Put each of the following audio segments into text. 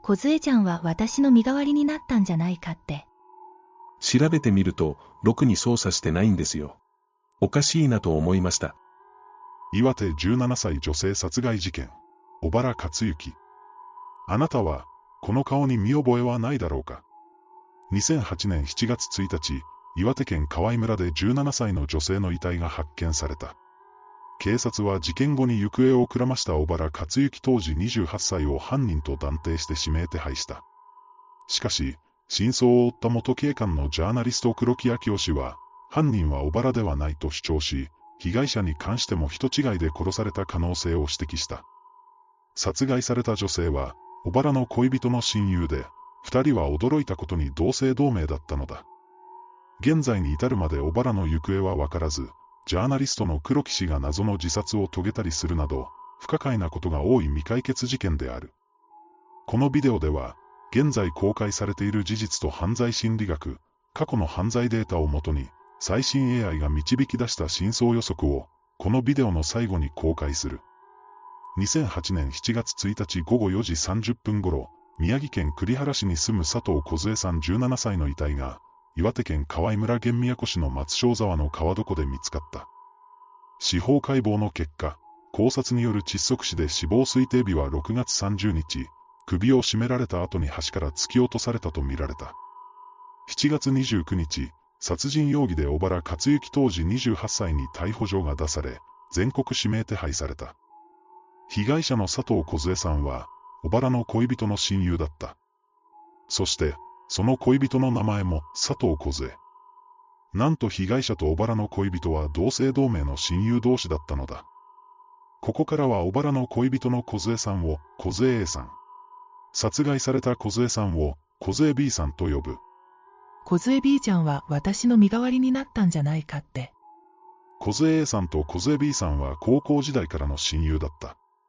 梢ちゃんは私の身代わりになったんじゃないかって。 調べてみると、ろくに捜査してないんですよ。おかしいなと思いました。 岩手17歳女性殺害事件、小原克行。あなたは、この顔に見覚えはないだろうか。2008年7月1日、岩手県河合村で17歳の女性の遺体が発見された。警察は事件後に行方をくらました小原克行当時28歳を犯人と断定して指名手配した。しかし、真相を追った元警官のジャーナリスト黒木昭夫氏は、犯人は小原ではないと主張し、被害者に関しても人違いで殺された可能性を指摘した。殺害された女性は、小原の恋人の親友で、二人は驚いたことに同姓同名だったのだ。現在に至るまで小原の行方はわからず、ジャーナリストの黒木氏が謎の自殺を遂げたりするなど、不可解なことが多い未解決事件である。このビデオでは、現在公開されている事実と犯罪心理学、過去の犯罪データをもとに、最新 AI が導き出した真相予測を、このビデオの最後に公開する。2008年7月1日午後4時30分頃、宮城県栗原市に住む佐藤梢さん17歳の遺体が、岩手県河合村現宮古市の松正沢の川床で見つかった。司法解剖の結果、絞殺による窒息死で死亡推定日は6月30日、首を絞められた後に橋から突き落とされたとみられた。7月29日、殺人容疑で小原克行当時28歳に逮捕状が出され、全国指名手配された。被害者の佐藤梢さんは、小原の恋人の親友だった。そして、その恋人の名前も佐藤梢。なんと被害者と小原の恋人は同姓同名の親友同士だったのだ。ここからは小原の恋人の梢さんを梢 A さん。殺害された梢さんを梢 B さんと呼ぶ。 梢 B ちゃんは私の身代わりになったんじゃないかって。 梢 A さんと梢 B さんは高校時代からの親友だった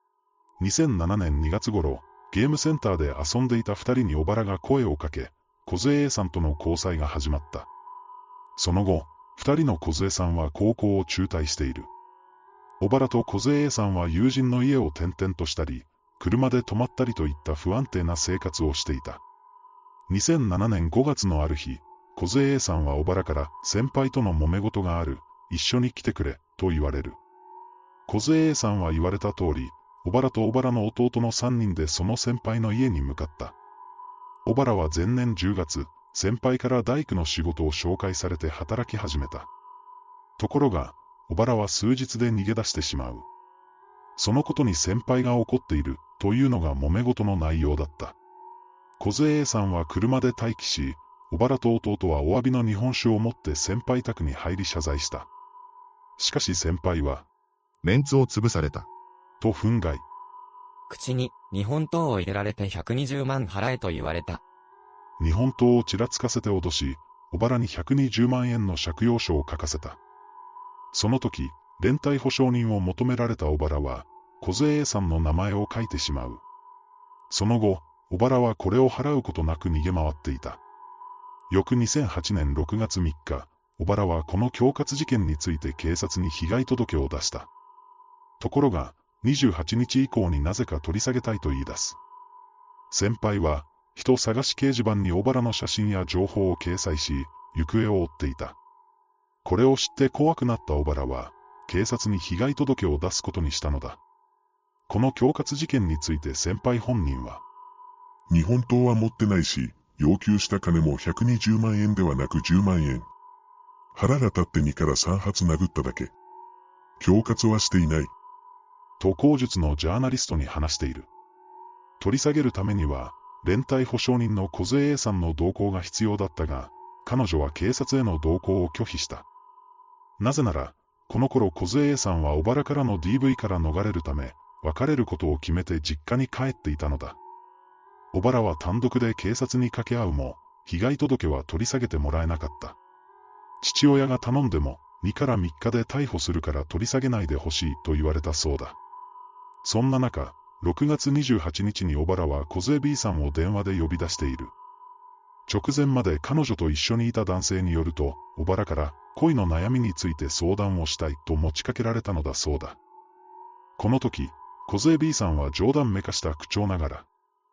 。2007年2月頃、ゲームセンターで遊んでいた2人に小原が声をかけ、梢 A さんとの交際が始まった。その後、2人の梢さんは高校を中退している。小原と梢 A さんは友人の家を転々としたり、車で泊まったりといった不安定な生活をしていた。2007年5月のある日、梢 A さんは小原から先輩との揉め事がある、一緒に来てくれ、と言われる。梢 A さんは言われた通り、小原と小原の弟の3人でその先輩の家に向かった。小原は前年10月、先輩から大工の仕事を紹介されて働き始めた。ところが、小原は数日で逃げ出してしまう。そのことに先輩が怒っている、というのが揉め事の内容だった。梢 A さんは車で待機し、小原と弟はお詫びの日本酒を持って先輩宅に入り謝罪した。しかし先輩は、 メンツを潰された。 と憤慨。 口に日本刀を入れられて120万払えと言われた。 日本刀をちらつかせて脅し、小原に120万円の借用書を書かせた。その時、連帯保証人を求められた小原は、梢 A さんの名前を書いてしまう。その後、小原はこれを払うことなく逃げ回っていた。翌2008年6月3日、小原はこの恐喝事件について警察に被害届を出した。ところが、28日以降になぜか取り下げたいと言い出す。先輩は、人探し掲示板に小原の写真や情報を掲載し、行方を追っていた。これを知って怖くなった小原は、警察に被害届を出すことにしたのだ。この恐喝事件について先輩本人は、 日本刀は持ってないし、要求した金も120万円ではなく10万円。腹が立って2から3発殴っただけ。恐喝はしていない。 と口述のジャーナリストに話している。取り下げるためには、連帯保証人の梢 A さんの同行が必要だったが、彼女は警察への同行を拒否した。なぜなら、この頃梢 A さんは小原からの DV から逃れるため、別れることを決めて実家に帰っていたのだ。小原は単独で警察に掛け合うも、被害届は取り下げてもらえなかった。父親が頼んでも、2から3日で逮捕するから取り下げないでほしいと言われたそうだ。そんな中、6月28日に小原は梢 B さんを電話で呼び出している。直前まで彼女と一緒にいた男性によると、小原から恋の悩みについて相談をしたいと持ちかけられたのだそうだ。この時、梢 B さんは冗談めかした口調ながら、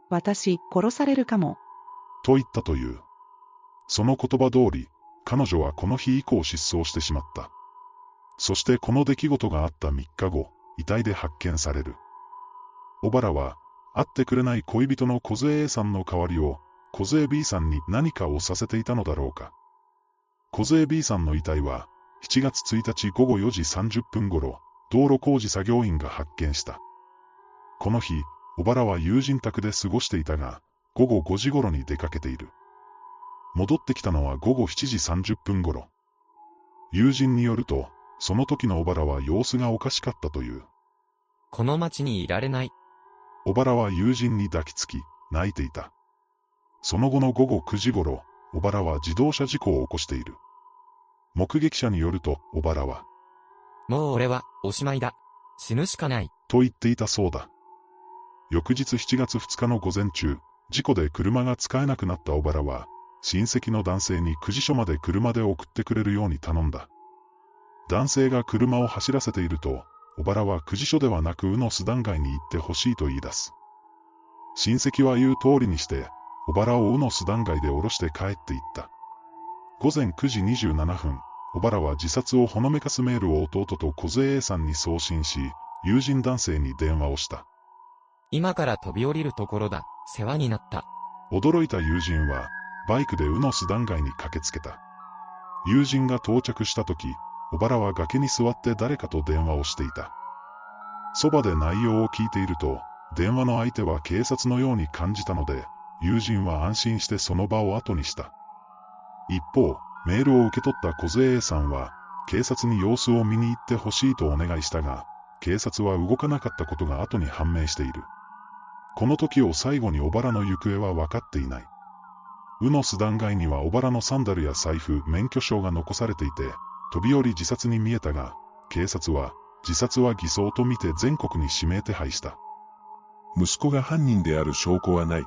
私、殺されるかも。 と言ったという。その言葉通り、彼女はこの日以降失踪してしまった。そしてこの出来事があった3日後、遺体で発見される。小原は、会ってくれない恋人の梢 A さんの代わりを、梢 B さんに何かをさせていたのだろうか。梢 B さんの遺体は、7月1日午後4時30分頃、道路工事作業員が発見した。この日、小原は友人宅で過ごしていたが、午後5時頃に出かけている。戻ってきたのは午後7時30分頃。友人によると、その時の小原は様子がおかしかったという。 この町にいられない。 小原は友人に抱きつき、泣いていた。その後の午後9時頃、小原は自動車事故を起こしている。目撃者によると、小原は、 もう俺は、おしまいだ。死ぬしかない。 と言っていたそうだ。翌日7月2日の午前中、事故で車が使えなくなった小原は、親戚の男性に久慈署まで車で送ってくれるように頼んだ。男性が車を走らせていると、小原は久慈署ではなく宇野須段街に行ってほしいと言い出す。親戚は言う通りにして、小原を宇野須段街で降ろして帰っていった。午前9時27分、小原は自殺をほのめかすメールを弟と梢 A さんに送信し、友人男性に電話をした。 今から飛び降りるところだ。世話になった。 驚いた友人は、バイクで宇野須段街に駆けつけた。友人が到着したとき、小原は崖に座って誰かと電話をしていた。そばで内容を聞いていると、電話の相手は警察のように感じたので、友人は安心してその場を後にした。一方、メールを受け取った梢 A さんは、警察に様子を見に行ってほしいとお願いしたが、警察は動かなかったことが後に判明している。この時を最後に小原の行方は分かっていない。宇野須段街には小原のサンダルや財布、免許証が残されていて、飛び降り自殺に見えたが、警察は、自殺は偽装とみて全国に指名手配した。 息子が犯人である証拠はない。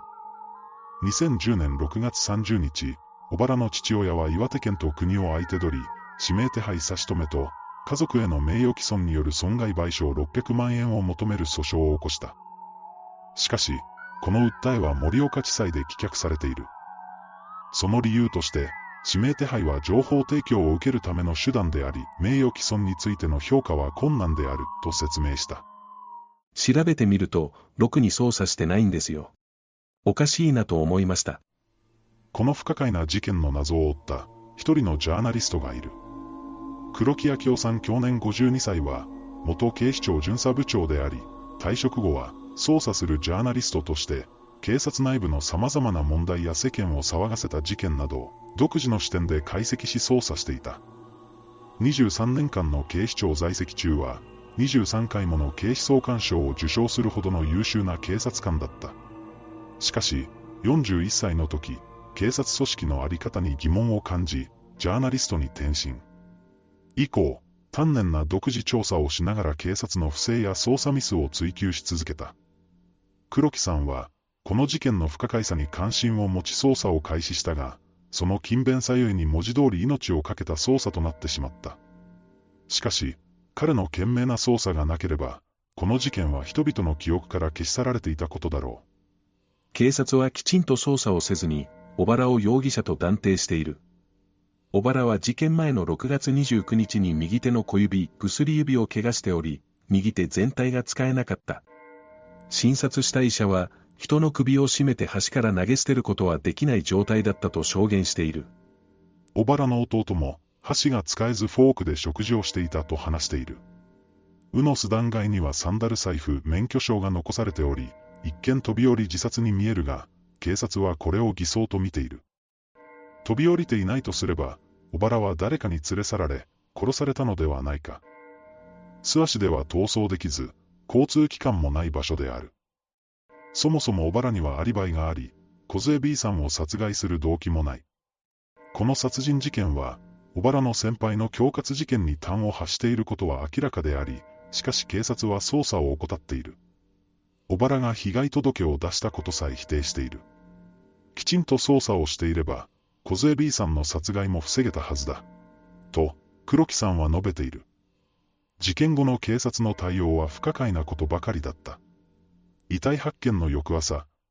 2010年6月30日、小原の父親は岩手県と国を相手取り、指名手配差し止めと、家族への名誉毀損による損害賠償600万円を求める訴訟を起こした。しかし、この訴えは盛岡地裁で棄却されている。その理由として、指名手配は情報提供を受けるための手段であり、名誉毀損についての評価は困難である、と説明した。 調べてみると、ろくに捜査してないんですよ。おかしいなと思いました。 この不可解な事件の謎を追った一人のジャーナリストがいる。黒木昭夫さん去年52歳は、元警視庁巡査部長であり、退職後は捜査するジャーナリストとして、警察内部の様々な問題や世間を騒がせた事件などを独自の視点で解析し捜査していた。23年間の警視庁在籍中は、23回もの警視総監賞を受賞するほどの優秀な警察官だった。しかし、41歳の時、警察組織のあり方に疑問を感じ、ジャーナリストに転身。以降、丹念な独自調査をしながら警察の不正や捜査ミスを追及し続けた。黒木さんは、この事件の不可解さに関心を持ち捜査を開始したが、その勤勉さゆえに文字通り命を懸けた捜査となってしまった。しかし、彼の懸命な捜査がなければ、この事件は人々の記憶から消し去られていたことだろう。 警察はきちんと捜査をせずに、小原を容疑者と断定している。小原は事件前の6月29日に右手の小指、薬指を怪我しており、右手全体が使えなかった。診察した医者は、人の首を絞めて橋から投げ捨てることはできない状態だったと証言している。 小原の弟も、箸が使えずフォークで食事をしていたと話している。宇野須段街にはサンダル財布、免許証が残されており、一見飛び降り自殺に見えるが、警察はこれを偽装と見ている。飛び降りていないとすれば、小原は誰かに連れ去られ、殺されたのではないか。素足では逃走できず、交通機関もない場所である。そもそも小原にはアリバイがあり、梢 B さんを殺害する動機もない。この殺人事件は、小原の先輩の恐喝事件に端を発していることは明らかであり、しかし警察は捜査を怠っている。小原が被害届を出したことさえ否定している。きちんと捜査をしていれば、梢 B さんの殺害も防げたはずだ。と、黒木さんは述べている。事件後の警察の対応は不可解なことばかりだった。遺体発見の翌朝、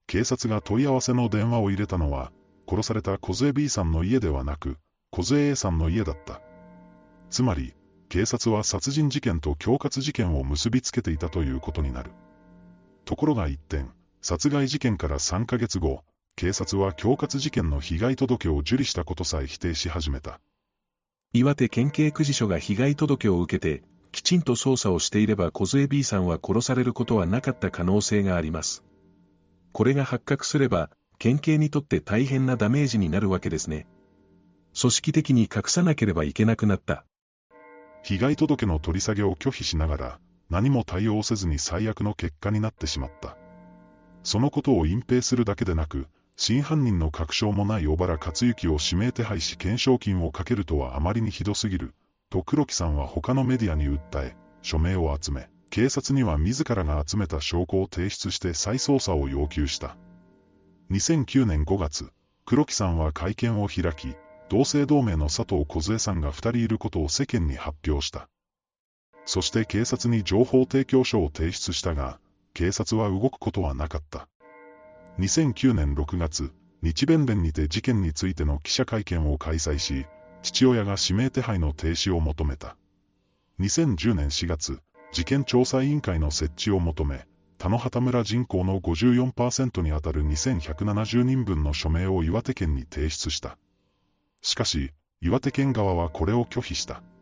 警察が問い合わせの電話を入れたのは、殺された梢 B さんの家ではなく、梢 A さんの家だった。つまり、警察は殺人事件と恐喝事件を結びつけていたということになる。ところが一転、殺害事件から3ヶ月後、警察は恐喝事件の被害届を受理したことさえ否定し始めた。 岩手県警久慈署が被害届を受けて、きちんと捜査をしていれば梢 B さんは殺されることはなかった可能性があります。これが発覚すれば、県警にとって大変なダメージになるわけですね。組織的に隠さなければいけなくなった。 被害届の取り下げを拒否しながら、何も対応せずに最悪の結果になってしまった。そのことを隠蔽するだけでなく、真犯人の確証もない小原克行を指名手配し懸賞金をかけるとはあまりにひどすぎる、と黒木さんは他のメディアに訴え、署名を集め、警察には自らが集めた証拠を提出して再捜査を要求した。2009年5月、黒木さんは会見を開き、同姓同名の佐藤梢さんが2人いることを世間に発表した。そして警察に情報提供書を提出したが、警察は動くことはなかった。2009年6月、日弁連にて事件についての記者会見を開催し、父親が指名手配の停止を求めた。2010年4月、事件調査委員会の設置を求め、田野畑村人口の 54% にあたる2170人分の署名を岩手県に提出した。しかし、岩手県側はこれを拒否した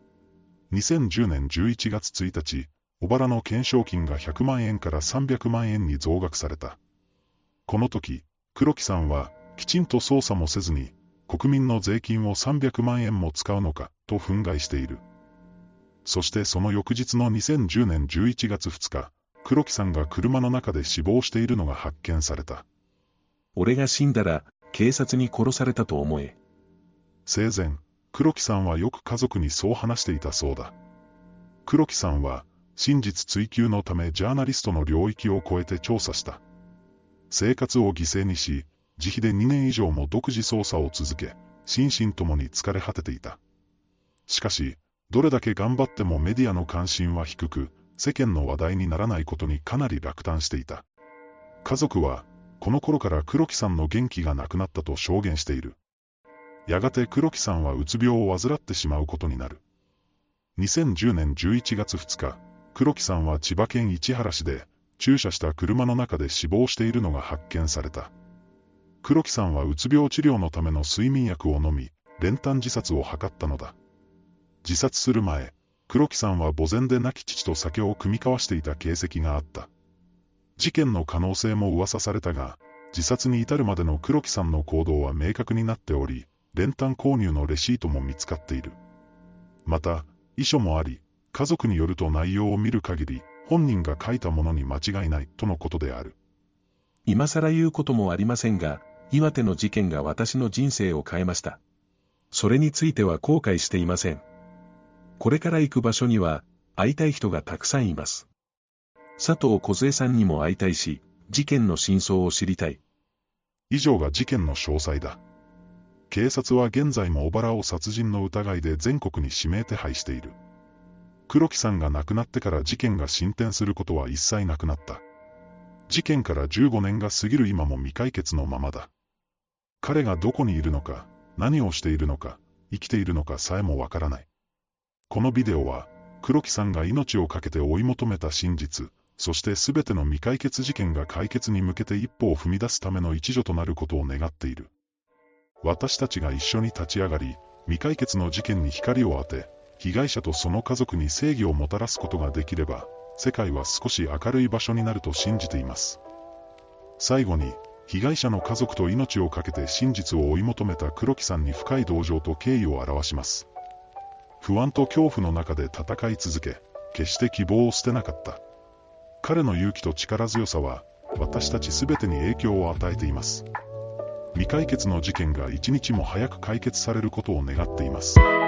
。2010年11月1日、小原の懸賞金が100万円から300万円に増額された。この時、黒木さんは、きちんと捜査もせずに、国民の税金を300万円も使うのか、と憤慨している。そしてその翌日の2010年11月2日、黒木さんが車の中で死亡しているのが発見された。 俺が死んだら、警察に殺されたと思え。 生前、黒木さんはよく家族にそう話していたそうだ。黒木さんは、真実追求のためジャーナリストの領域を超えて調査した。生活を犠牲にし、自費で2年以上も独自捜査を続け、心身ともに疲れ果てていた。しかし、どれだけ頑張ってもメディアの関心は低く、世間の話題にならないことにかなり落胆していた。家族は、この頃から黒木さんの元気がなくなったと証言している。やがて黒木さんはうつ病を患ってしまうことになる。2010年11月2日、黒木さんは千葉県市原市で、駐車した車の中で死亡しているのが発見された。黒木さんはうつ病治療のための睡眠薬を飲み、練炭自殺を図ったのだ。自殺する前、黒木さんは墓前で亡き父と酒を酌み交わしていた形跡があった。事件の可能性も噂されたが、自殺に至るまでの黒木さんの行動は明確になっており、練炭購入のレシートも見つかっている。また、遺書もあり、家族によると内容を見る限り、本人が書いたものに間違いないとのことである。 今更言うこともありませんが、岩手の事件が私の人生を変えました。それについては後悔していません。これから行く場所には、会いたい人がたくさんいます。佐藤梢さんにも会いたいし、事件の真相を知りたい。 以上が事件の詳細だ。警察は現在も小原を殺人の疑いで全国に指名手配している。黒木さんが亡くなってから事件が進展することは一切なくなった。事件から15年が過ぎる今も未解決のままだ。彼がどこにいるのか、何をしているのか、生きているのかさえもわからない。このビデオは、黒木さんが命を懸けて追い求めた真実、そして全ての未解決事件が解決に向けて一歩を踏み出すための一助となることを願っている。私たちが一緒に立ち上がり、未解決の事件に光を当て、被害者とその家族に正義をもたらすことができれば、世界は少し明るい場所になると信じています。最後に、被害者の家族と命を懸けて真実を追い求めた黒木さんに深い同情と敬意を表します。不安と恐怖の中で戦い続け、決して希望を捨てなかった。彼の勇気と力強さは、私たち全てに影響を与えています。未解決の事件が一日も早く解決されることを願っています。